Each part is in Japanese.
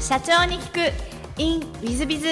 社長に聞く in ウィズビズ。 ウ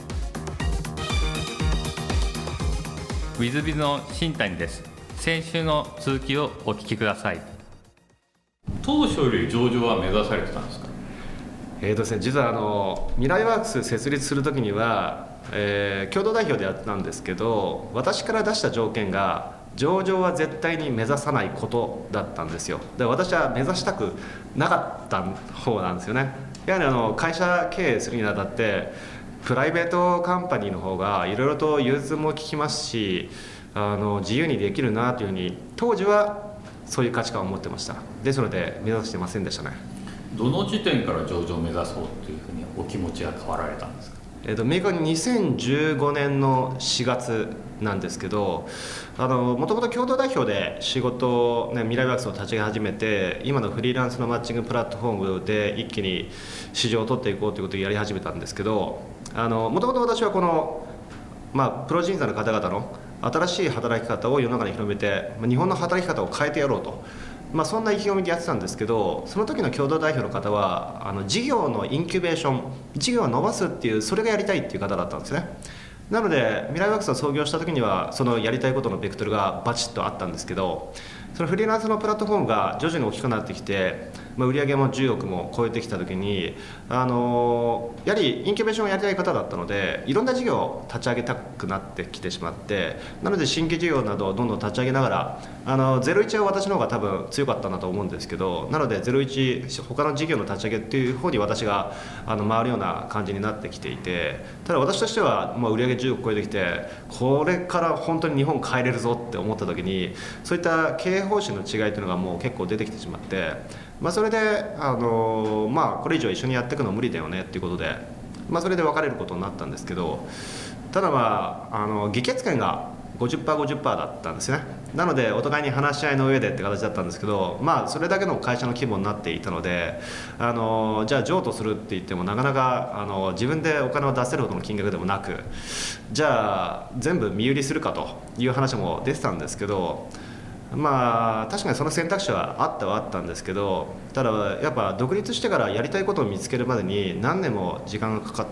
ィズビズの新谷です。先週の続きをお聞きください。当初より上場は目指されてたんですか？ ですね、実はミライワークス設立するときには、共同代表でやったんですけど、私から出した条件が上場は絶対に目指さないことだったんですよ。で、私は目指したくなかった方なんですよね。やはり会社経営するにあたってプライベートカンパニーの方がいろいろと融通も利きますし、自由にできるなというふうに当時はそういう価値観を持ってました。ですので目指してませんでしたね。 どの時点から上場を目指そうというふうにお気持ちが変わられたんですか？ 明確に2015年の4月なんですけど、もともと共同代表で仕事を、ミライワークスを立ち上げ始めて、今のフリーランスのマッチングプラットフォームで一気に市場を取っていこうということをやり始めたんですけど、もともと私はこの、プロ人材の方々の新しい働き方を世の中に広めて、日本の働き方を変えてやろうと、そんな意気込みでやってたんですけど、その時の共同代表の方は事業のインキュベーション、事業を伸ばすっていう、それがやりたいっていう方だったんですね。なのでミライワークスを創業した時にはそのやりたいことのベクトルがバチッとあったんですけど、そのフリーランスのプラットフォームが徐々に大きくなってきて、売上も10億も超えてきた時にやはりインキュベーションをやりたい方だったので、いろんな事業を立ち上げたくなってきてしまって、なので新規事業などをどんどん立ち上げながら、01は私の方が多分強かったなと思うんですけど、なので01他の事業の立ち上げっていう方に私が回るような感じになってきていて、ただ私としては売上10億超えてきて、これから本当に日本変えれるぞって思った時に、そういった経営方針の違いというのがもう結構出てきてしまって、それでこれ以上一緒にやっていくの無理だよねっていうことで、それで別れることになったんですけど、ただ議決権が 50%50% だったんですね。なのでお互いに話し合いの上でって形だったんですけど、それだけの会社の規模になっていたので、じゃあ譲渡するって言ってもなかなか自分でお金を出せるほどの金額でもなく、じゃあ全部身売りするかという話も出てたんですけど、確かにその選択肢はあったんですけど、ただやっぱ独立してからやりたいことを見つけるまでに何年も時間がかかって、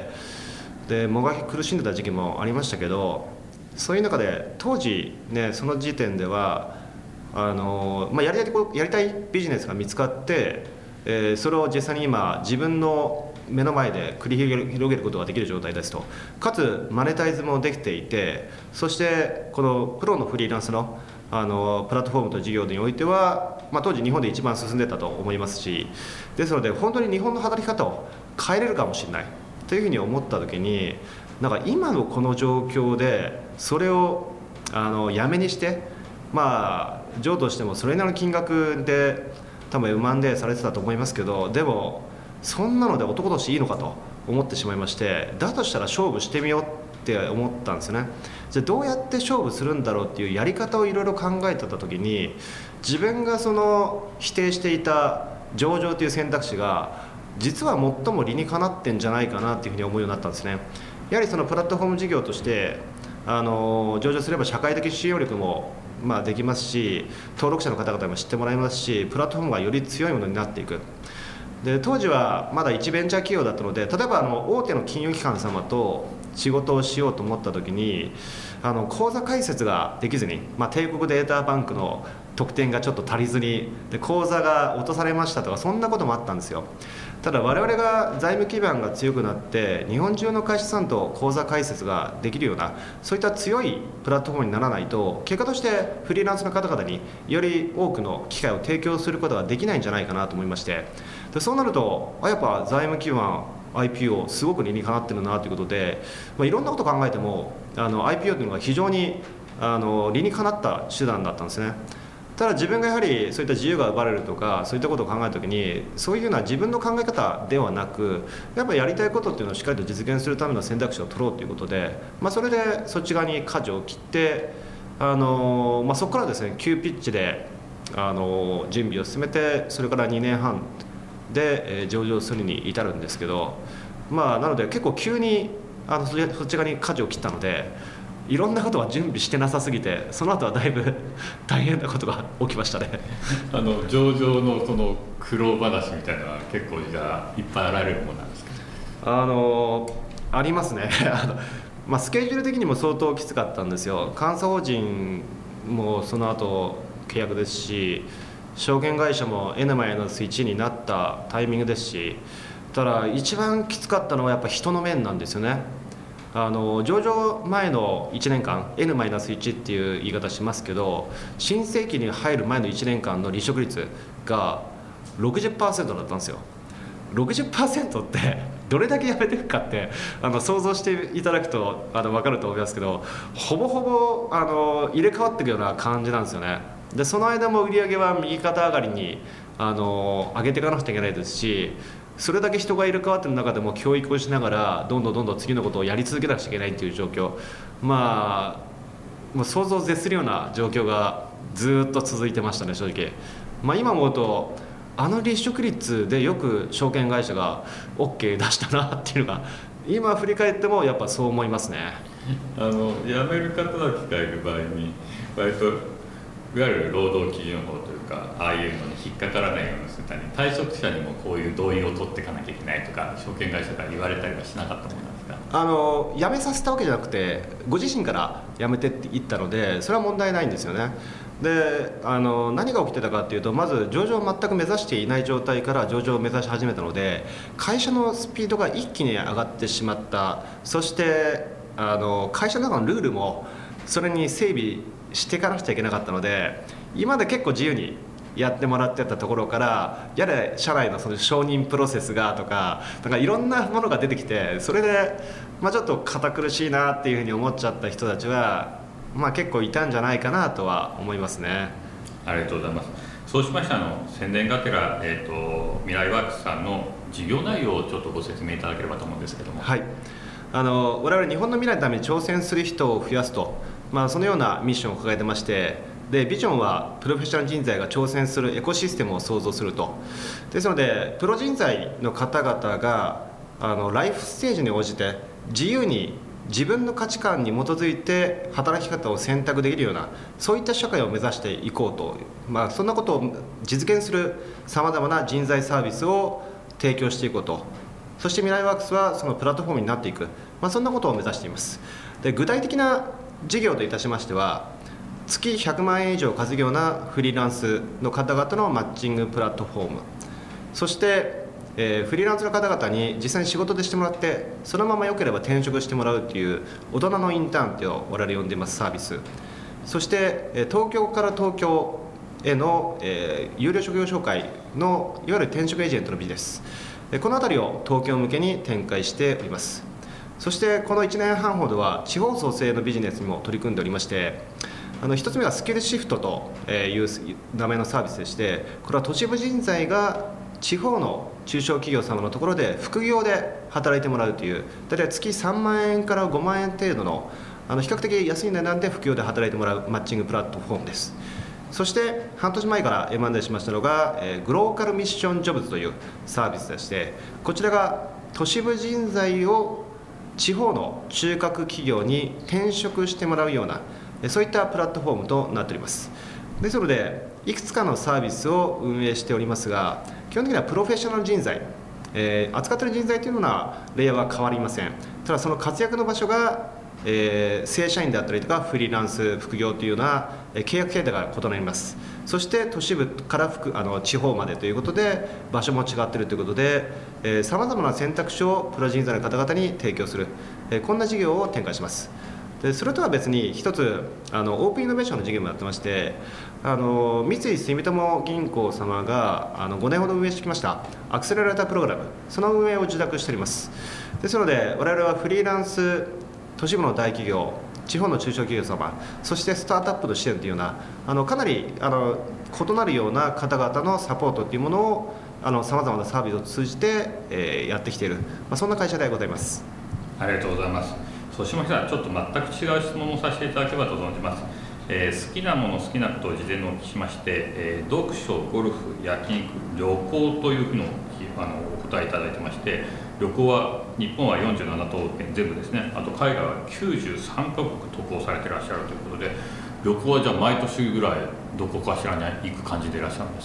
でもがき苦しんでた時期もありましたけど、そういう中で当時ね、その時点ではやりたいビジネスが見つかって、それを実際に今自分の目の前で繰り広げることができる状態ですと、かつマネタイズもできていて、そしてこのプロのフリーランスのプラットフォームと事業においては、当時日本で一番進んでたと思いますし、ですので本当に日本の働き方を変えれるかもしれないというふうに思った時に、今のこの状況でそれをやめにして、譲渡してもそれなりの金額で多分M&Aされてたと思いますけど、でもそんなので男としていいのかと思ってしまいまして、だとしたら勝負してみようって思ったんですよね。じゃあどうやって勝負するんだろうっていうやり方をいろいろ考えてた時に、自分がその否定していた上場という選択肢が実は最も理にかなってんじゃないかなっていうふうに思うようになったんですね。やはりそのプラットフォーム事業として上場すれば社会的信用力もできますし、登録者の方々も知ってもらえますし、プラットフォームがより強いものになっていく。で当時はまだ一ベンチャー企業だったので、例えば大手の金融機関様と仕事をしようと思った時に口座開設ができずに、帝国データバンクの得点がちょっと足りずに、で口座が落とされましたとか、そんなこともあったんですよ。ただ我々が財務基盤が強くなって日本中の会社さんと口座開設ができるような、そういった強いプラットフォームにならないと、結果としてフリーランスの方々により多くの機会を提供することができないんじゃないかなと思いまして、でそうなるとやっぱ財務基盤 IPO すごく理にかなってるなということで、いろんなことを考えてもIPO というのが非常に理にかなった手段だったんですね。ただ自分がやはりそういった自由が奪われるとか、そういったことを考えたときに、そういうのは自分の考え方ではなく、やっぱりやりたいことっていうのをしっかりと実現するための選択肢を取ろうということで、それでそっち側に舵を切って、そこからですね急ピッチで準備を進めて、それから2年半で上場するに至るんですけど、なので結構急にそっち側に舵を切ったので、いろんなことは準備してなさすぎて、その後はだいぶ大変なことが起きましたね。 上場のその苦労話みたいなのは結構じゃあいっぱいあられるものなんですか？ ありますねスケジュール的にも相当きつかったんですよ。監査法人もその後契約ですし、証券会社も N-1 になったタイミングですし、ただ一番きつかったのはやっぱ人の面なんですよね。上場前の1年間 N-1 っていう言い方しますけど、新世紀に入る前の1年間の離職率が 60% だったんですよ。60% ってどれだけ辞めていくかって想像していただくと分かると思いますけど、ほぼほぼ入れ替わっていくような感じなんですよね。でその間も売り上げは右肩上がりに上げていかなくちゃいけないですし、それだけ人が入れ替わっている中でも教育をしながらどんどん次のことをやり続けなくちゃいけないという状況、もう想像を絶するような状況がずっと続いてましたね、正直。今思うと離職率でよく証券会社が OK 出したなっていうのが今振り返ってもやっぱそう思いますね。 辞める方がいる場合に割といわゆる労働基準法というか、ああいうのに引っかからないようにするために退職者にもこういう同意を取っていかなきゃいけないとか証券会社から言われたりはしなかったものなんですか？辞めさせたわけじゃなくてご自身から辞めてって言ったので、それは問題ないんですよね。で何が起きてたかっていうと、まず上場を全く目指していない状態から上場を目指し始めたので、会社のスピードが一気に上がってしまった。そして会社の中のルールもそれに整備していかなくちゃいけなかったので、今まで結構自由にやってもらってたところから、やれ社内のその承認プロセスがとか、なんかいろんなものが出てきて、それでちょっと堅苦しいなっていうふうに思っちゃった人たちは結構いたんじゃないかなとは思いますね。 ありがとうございます。そうしました宣伝がてら、未来ワークスさんの事業内容をちょっとご説明いただければと思うんですけども。 はい、我々日本の未来のために挑戦する人を増やすと、そのようなミッションを抱えてまして、でビジョンはプロフェッショナル人材が挑戦するエコシステムを創造すると。ですのでプロ人材の方々がライフステージに応じて自由に自分の価値観に基づいて働き方を選択できるような、そういった社会を目指していこうと、そんなことを実現するさまざまな人材サービスを提供していこうと。そして未来ワークスはそのプラットフォームになっていく、そんなことを目指しています。で具体的な事業といたしましては、月100万円以上稼ぐようなフリーランスの方々のマッチングプラットフォーム、そしてフリーランスの方々に実際に仕事でしてもらって、そのまま良ければ転職してもらうという大人のインターンというのを我々呼んでいますサービス。そして東京から東京への有料職業紹介のいわゆる転職エージェントのビジネス、この辺りを東京向けに展開しております。そしてこの1年半ほどは地方創生のビジネスにも取り組んでおりまして、一つ目はスキルシフトという名前のサービスでして、これは都市部人材が地方の中小企業様のところで副業で働いてもらうという、大体月3万円から5万円程度の比較的安い値段で副業で働いてもらうマッチングプラットフォームです。そして半年前から M&A しましたのがグローカルミッションジョブズというサービスでして、こちらが都市部人材を地方の中核企業に転職してもらうような、そういったプラットフォームとなっております。ですのでいくつかのサービスを運営しておりますが、基本的にはプロフェッショナル人材、扱っている人材というのはレイヤーは変わりません。ただその活躍の場所が、正社員であったりとかフリーランス副業というような契約形態が異なります。そして都市部から地方までということで場所も違っているということで、さまざまな選択肢をプロ人材の方々に提供する、こんな事業を展開します。でそれとは別に一つオープンイノベーションの事業もやってまして、三井住友銀行様が5年ほど運営してきましたアクセラレータープログラム、その運営を受託しております。ですので我々はフリーランス、都市部の大企業、地方の中小企業様、そしてスタートアップの支援というようなかなり異なるような方々のサポートというものをさまざまなサービスを通じて、やってきている、そんな会社でございます。 ありがとうございます。そうしましたらちょっと全く違う質問をさせていただければと存じます。好きなもの好きなことを事前にお聞きしまして、読書、ゴルフ、焼肉、旅行というふうにお答えいただいてまして、旅行は日本は47都道府県全部ですね、あと海外は93カ国渡航されていらっしゃるということで、旅行はじゃあ毎年ぐらいどこかしらに行く感じでいらっしゃるんですか？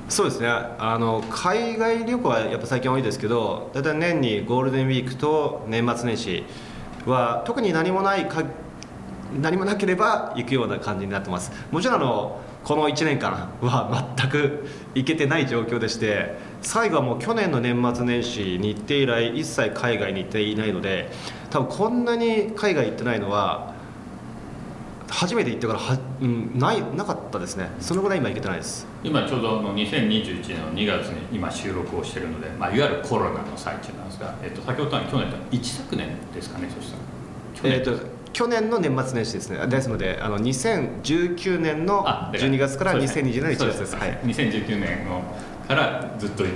そうですね、海外旅行はやっぱ最近多いですけど、だいたい年にゴールデンウィークと年末年始は特に何もなければ行くような感じになってます。もちろんこの1年間は全く行けてない状況でして、最後はもう去年の年末年始に行って以来一切海外に行っていないので、多分こんなに海外行ってないのは初めて行ってからなかったですね。そのぐらい今行けてないです。 今ちょうど2021年の2月に今収録をしているので、いわゆるコロナの最中なんですが、先ほどは去年と一昨年ですかね。そしたら去年の年末年始ですね。ですので2019年の12月から2020年の1月です。はい、 2019年からずっと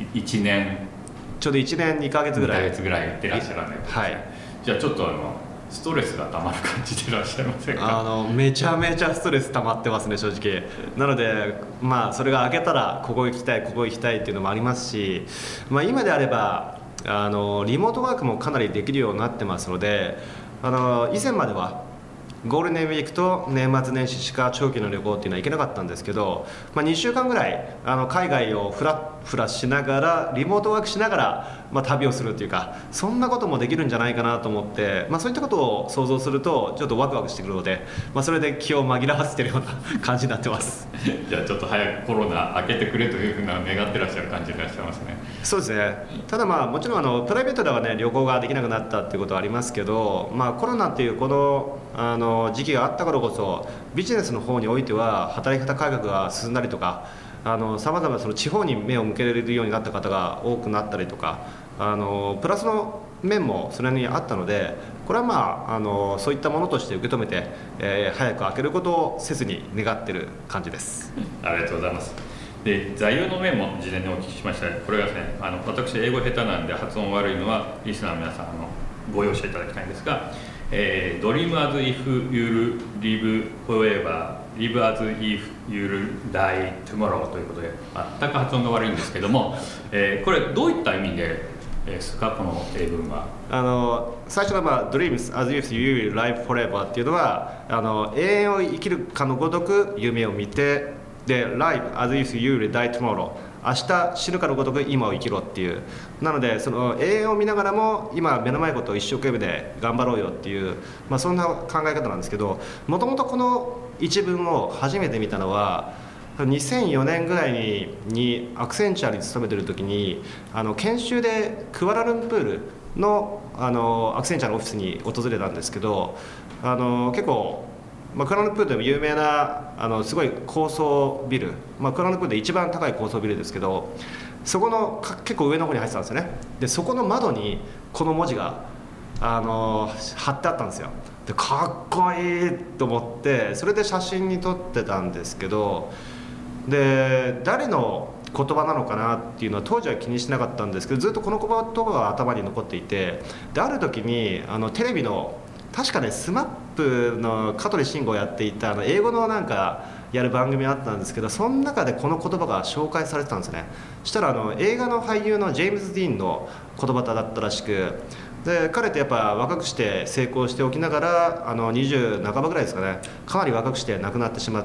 1年ちょうど1年2ヶ月ぐらい行ってらっしゃらないですね。はい、じゃあちょっとストレスがたまる感じでいらっしゃいませんか？ めちゃめちゃストレス溜まってますね、正直。なのでそれが明けたらここ行きたいっていうのもありますし、今であればリモートワークもかなりできるようになってますので、以前まではゴールデンウィークと年末年始しか長期の旅行っていうのは行けなかったんですけど、2週間ぐらい海外をフラフラしながらリモートワークしながら、旅をするっていうか、そんなこともできるんじゃないかなと思って、そういったことを想像するとちょっとワクワクしてくるので、それで気を紛らわせてるような感じになってますじゃあちょっと早くコロナ明けてくれというふうな願ってらっしゃる感じでいらっしゃいますね。 そうですね。ただもちろんプライベートではね、旅行ができなくなったっていうことはありますけど、コロナっていうこの時期があったからこそ、ビジネスの方においては働き方改革が進んだりとか、さまざま地方に目を向けられるようになった方が多くなったりとか、プラスの面もそれにあったので、これはそういったものとして受け止めて、早く開けることをせずに願っている感じです。 ありがとうございます。で、座右の銘も事前にお聞きしました。これがですね、私英語下手なんで発音悪いのはリスナーの皆さんご容赦いただきたいんですが、Dream as if you'll live forever, live as if you'll die tomorrow ということで、全く発音が悪いんですけども、これどういった意味ですか、この英文は。 最初のDreams as if you will live forever っていうのは、永遠を生きるかのごとく夢を見て、で Live as if you will die tomorrow、明日死ぬかのごとく今を生きろっていう。なのでその永遠を見ながらも今目の前のことを一生懸命で頑張ろうよっていう、そんな考え方なんですけど、もともとこの一文を初めて見たのは2004年ぐらいにアクセンチャーに勤めてる時に研修でクアラルンプールのアクセンチャーのオフィスに訪れたんですけど、結構クアラルンプールでも有名なすごい高層ビル、クアラルンプールで一番高い高層ビルですけど、そこの結構上の方に入ってたんですよね。でそこの窓にこの文字が貼ってあったんですよ。でかっこいいと思って、それで写真に撮ってたんですけど、で誰の言葉なのかなっていうのは当時は気にしなかったんですけど、ずっとこの言葉が頭に残っていて、である時にテレビの確かねスマップの香取慎吾をやっていた英語のやる番組があったんですけど、その中でこの言葉が紹介されてたんですね。そしたら映画の俳優のジェームズ・ディーンの言葉だったらしく、で彼ってやっぱ若くして成功しておきながら20半ばぐらいですかね、かなり若くして亡くなってしまって、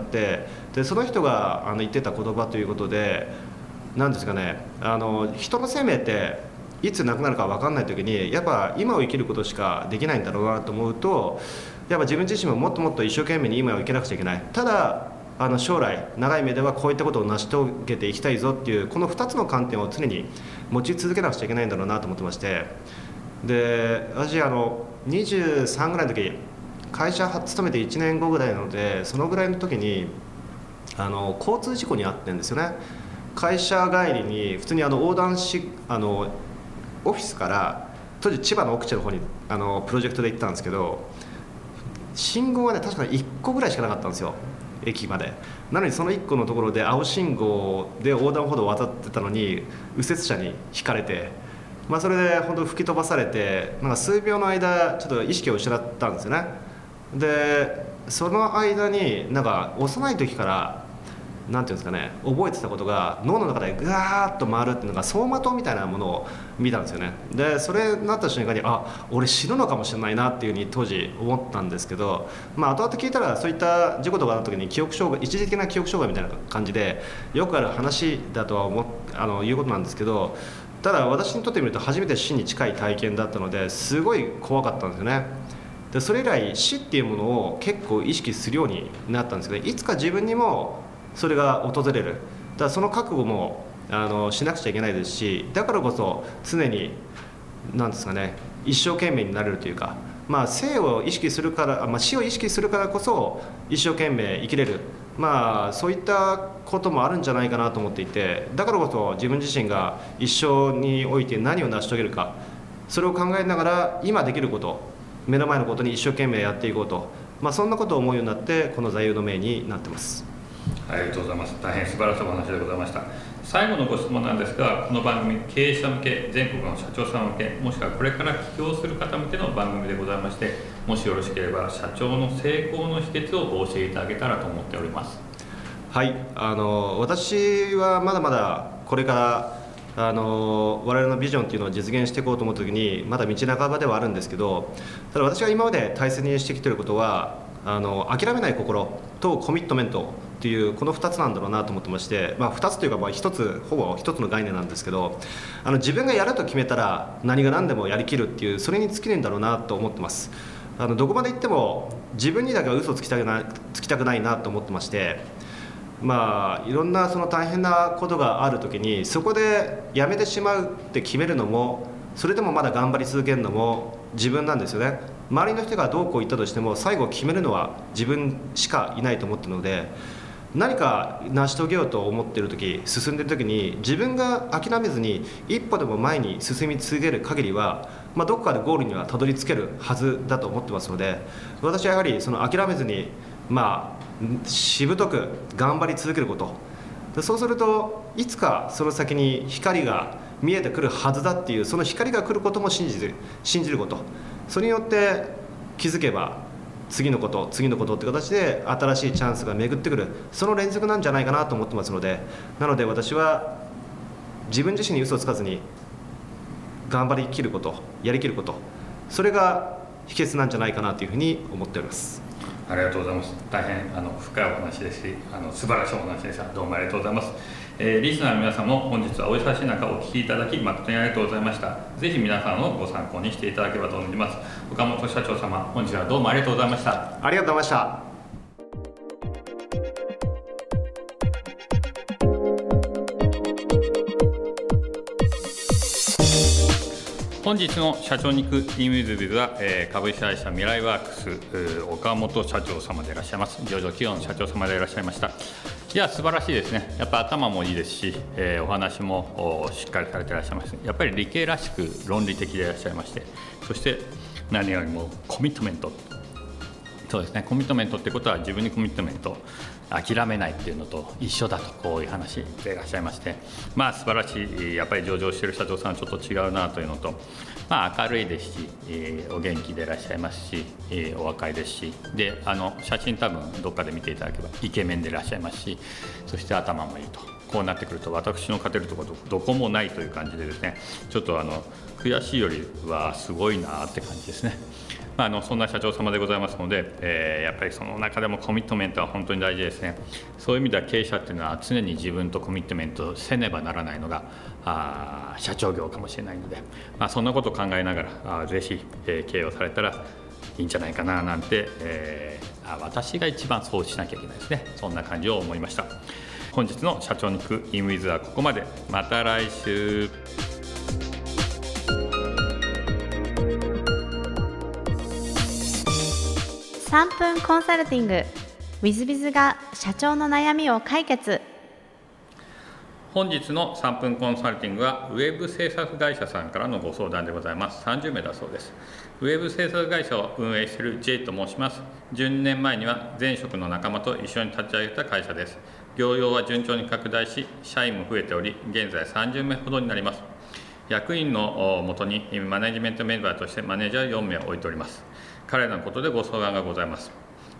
でその人が言ってた言葉ということで、なんですかね、人の生命っていつ亡くなるか分かんない時にやっぱ今を生きることしかできないんだろうなと思うと、やっぱ自分自身ももっともっと一生懸命に今を生きなくちゃいけない。ただ将来長い目ではこういったことを成し遂げていきたいぞっていうこの2つの観点を常に持ち続けなくちゃいけないんだろうなと思ってまして、で私23ぐらいの時会社勤めて1年後ぐらいなので、そのぐらいの時に交通事故に遭ってんですよね。会社帰りに普通に横断しオフィスから当時千葉の奥地の方にプロジェクトで行ったんですけど、信号がね確かに1個ぐらいしかなかったんですよ、駅まで。なのにその1個のところで青信号で横断歩道を渡ってたのに右折車にひかれて、それで本当吹き飛ばされて数秒の間ちょっと意識を失ったんですよね。でその間に幼い時からなんていうんですかね、覚えてたことが脳の中でぐわーっと回るっていうのが走馬灯みたいなものを見たんですよね。でそれになった瞬間に俺死ぬのかもしれないなっていうふうに当時思ったんですけど、後々聞いたらそういった事故とかの時に一時的な記憶障害みたいな感じでよくある話だとはいうことなんですけど、ただ私にとってみると初めて死に近い体験だったのですごい怖かったんですよね。でそれ以来死っていうものを結構意識するようになったんですけど、いつか自分にもそれが訪れる。だからその覚悟もしなくちゃいけないですし、だからこそ常に何ですかね、一生懸命になれるというか、生を意識するから、死を意識するからこそ一生懸命生きれる、そういったこともあるんじゃないかなと思っていて、だからこそ自分自身が一生において何を成し遂げるか、それを考えながら今できること、目の前のことに一生懸命やっていこうと、そんなことを思うようになってこの座右の銘になってます。 ありがとうございます。大変素晴らしいお話でございました。最後のご質問なんですが、この番組経営者向け、全国の社長さん向け、もしくはこれから起業する方向けの番組でございまして、もしよろしければ社長の成功の秘訣をお教えいただけたらと思っております。 はい、私はまだまだこれから我々のビジョンというのを実現していこうと思った時にまだ道半ばではあるんですけど、ただ私が今まで大切にしてきていることは諦めない心とコミットメントっていうこの2つなんだろうなと思ってまして、2つというかほぼ1つの概念なんですけど、自分がやると決めたら何が何でもやりきるっていう、それに尽きるんだろうなと思ってます。どこまで行っても自分にだけは嘘をつきたくないなと思ってまして、いろんなその大変なことがある時にそこでやめてしまうって決めるのも、それでもまだ頑張り続けるのも自分なんですよね。周りの人がどうこう言ったとしても最後決めるのは自分しかいないと思っているので、何か成し遂げようと思っている時、進んでいる時に自分が諦めずに一歩でも前に進み続ける限りは、どこかでゴールにはたどり着けるはずだと思ってますので、私はやはりその諦めずにしぶとく頑張り続けること、そうするといつかその先に光が見えてくるはずだっていう、その光が来ることも信じること、それによって気づけば次のことって形で新しいチャンスが巡ってくる、その連続なんじゃないかなと思ってますので、なので私は自分自身に嘘をつかずに頑張りきること、やりきること、それが秘訣なんじゃないかなというふうに思っております。 ありがとうございます。大変深いお話ですし、素晴らしいお話でした。どうもありがとうございます。リスナーの皆さんも本日はお忙しい中お聞きいただき誠にありがとうございました。ぜひ皆さんのご参考にしていただければと思います。岡本社長様、本日はどうもありがとうございました。 ありがとうございました。 本日の社長に行くインウィズビズは、株式会社ミライワークス岡本社長様でいらっしゃいます。上場企業の社長様でいらっしゃいました。いや素晴らしいですね。やっぱ頭もいいですし、お話もしっかりされていらっしゃいます。やっぱり理系らしく論理的でいらっしゃいまして、そして何よりもコミットメント、そうですね、コミットメントってことは自分にコミットメント、諦めないっていうのと一緒だと、こういう話でいらっしゃいまして、素晴らしい、やっぱり上場している社長さんはちょっと違うなというのと、明るいですし、お元気でいらっしゃいますし、お若いですし、で写真多分どっかで見ていただけばイケメンでいらっしゃいますし、そして頭もいいと。こうなってくると私の勝てるところどこもないという感じでですね、ちょっと悔しいよりはすごいなって感じですね。そんな社長様でございますので、やっぱりその中でもコミットメントは本当に大事ですね。そういう意味では経営者っていうのは常に自分とコミットメントせねばならないのが社長業かもしれないので、そんなことを考えながらぜひ、経営をされたらいいんじゃないかななんて、私が一番そうしなきゃいけないですね。そんな感じを思いました。本日の社長に行くインウィズはここまで。また来週。 3分コンサルティング WithBiz が社長の悩みを解決。 本日の3分コンサルティングはウェブ制作会社さんからのご相談でございます。30名だそうです。ウェブ制作会社を運営している J と申します。12年前には前職の仲間と一緒に立ち上げた会社です。業用は順調に拡大し、社員も増えており、現在30名ほどになります。役員のもとにマネジメントメンバーとしてマネージャー4名を置いております。彼らのことでご相談がございます。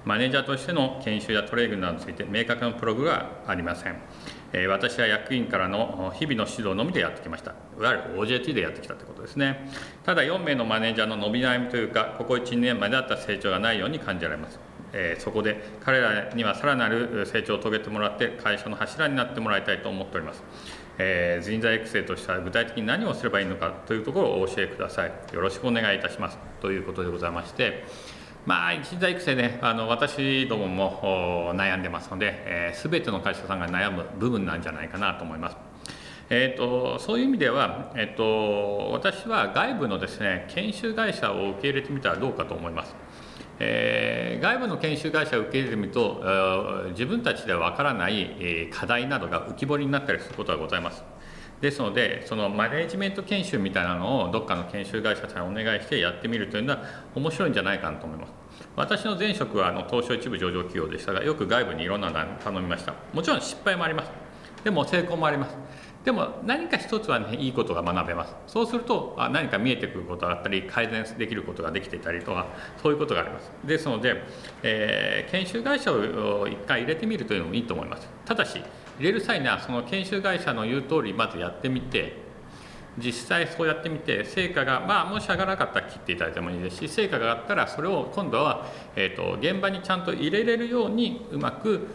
マネージャーとしての研修やトレーニングなどについて明確なプログはありません。私は役員からの日々の指導のみでやってきました。いわゆる OJT でやってきたということですね。ただ4名のマネージャーの伸び悩みというか、ここ1年まであった成長がないように感じられます。そこで彼らにはさらなる成長を遂げてもらって会社の柱になってもらいたいと思っております。人材育成としては具体的に何をすればいいのかというところをお教えください。よろしくお願いいたしますということでございまして、人材育成ね、私どもも悩んでますので、全ての会社さんが悩む部分なんじゃないかなと思います。そういう意味では、私は外部のですね、研修会社を受け入れてみたらどうかと思います。外部の研修会社を受け入れてみると、自分たちでは分からない課題などが浮き彫りになったりすることがございます。ですので、そのマネジメント研修みたいなのをどっかの研修会社さんにお願いしてやってみるというのは面白いんじゃないかなと思います。私の前職は東証一部上場企業でしたが、よく外部にいろんなのを頼みました。もちろん失敗もあります。でも成功もあります。でも何か一つはね、いいことが学べます。そうすると何か見えてくることがあったり、改善できることができていたりとか、そういうことがあります。ですので、研修会社を一回入れてみるというのもいいと思います。ただし入れる際にはその研修会社の言う通りまずやってみて、実際そうやってみて成果がもし上がらなかったら切っていただいてもいいですし、成果があったらそれを今度は、現場にちゃんと入れれるようにうまく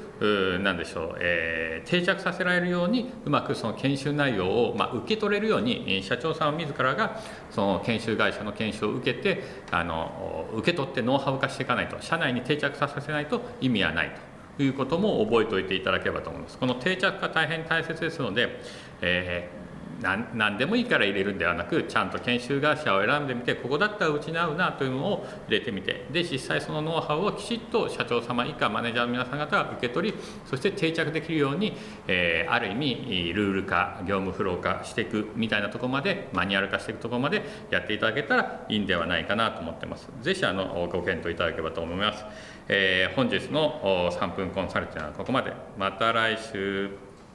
定着させられるようにうまくその研修内容を受け取れるように社長さん自らがその研修会社の研修を受けて受け取ってノウハウ化していかないと、社内に定着させないと意味はないということも覚えておいていただければと思います。この定着が大変大切ですので、何でもいいから入れるんではなく、ちゃんと研修会社を選んでみて、ここだったらうちに合うなというのを入れてみて、で実際そのノウハウをきちっと社長様以下マネージャーの皆さん方が受け取り、そして定着できるように、ある意味ルール化、業務フロー化していくみたいなところまで、マニュアル化していくところまでやっていただけたらいいんではないかなと思っています。ぜひご検討いただければと思います。本日の3分コンサルティングはここまで。また来週。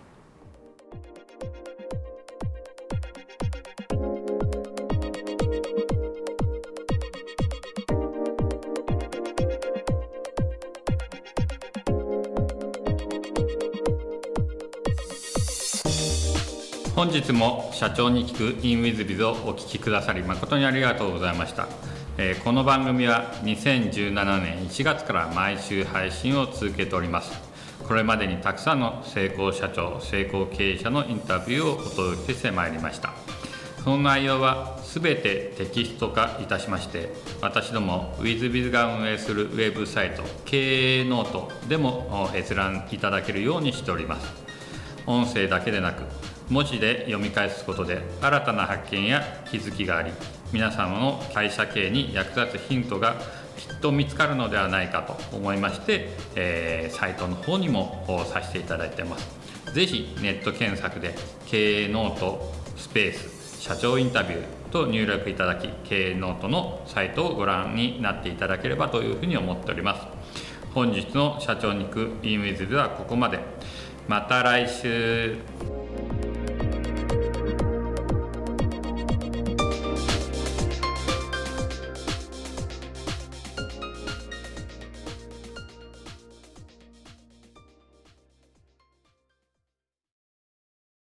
本日も社長に聞く InWithBiz をお聞きくださり誠にありがとうございました。この番組は2017年1月から毎週配信を続けております。これまでにたくさんの成功社長、成功経営者のインタビューをお届けしてまいりました。その内容はすべてテキスト化いたしまして、私ども WithBiz が運営するウェブサイト経営ノートでも閲覧いただけるようにしております。音声だけでなく文字で読み返すことで新たな発見や気づきがあり、皆様の会社経営に役立つヒントがきっと見つかるのではないかと思いまして、サイトの方にもさせていただいています。ぜひネット検索で経営ノートスペース社長インタビューと入力いただき、経営ノートのサイトをご覧になっていただければというふうに思っております。本日の社長に行く InWithBiz はここまで。また来週。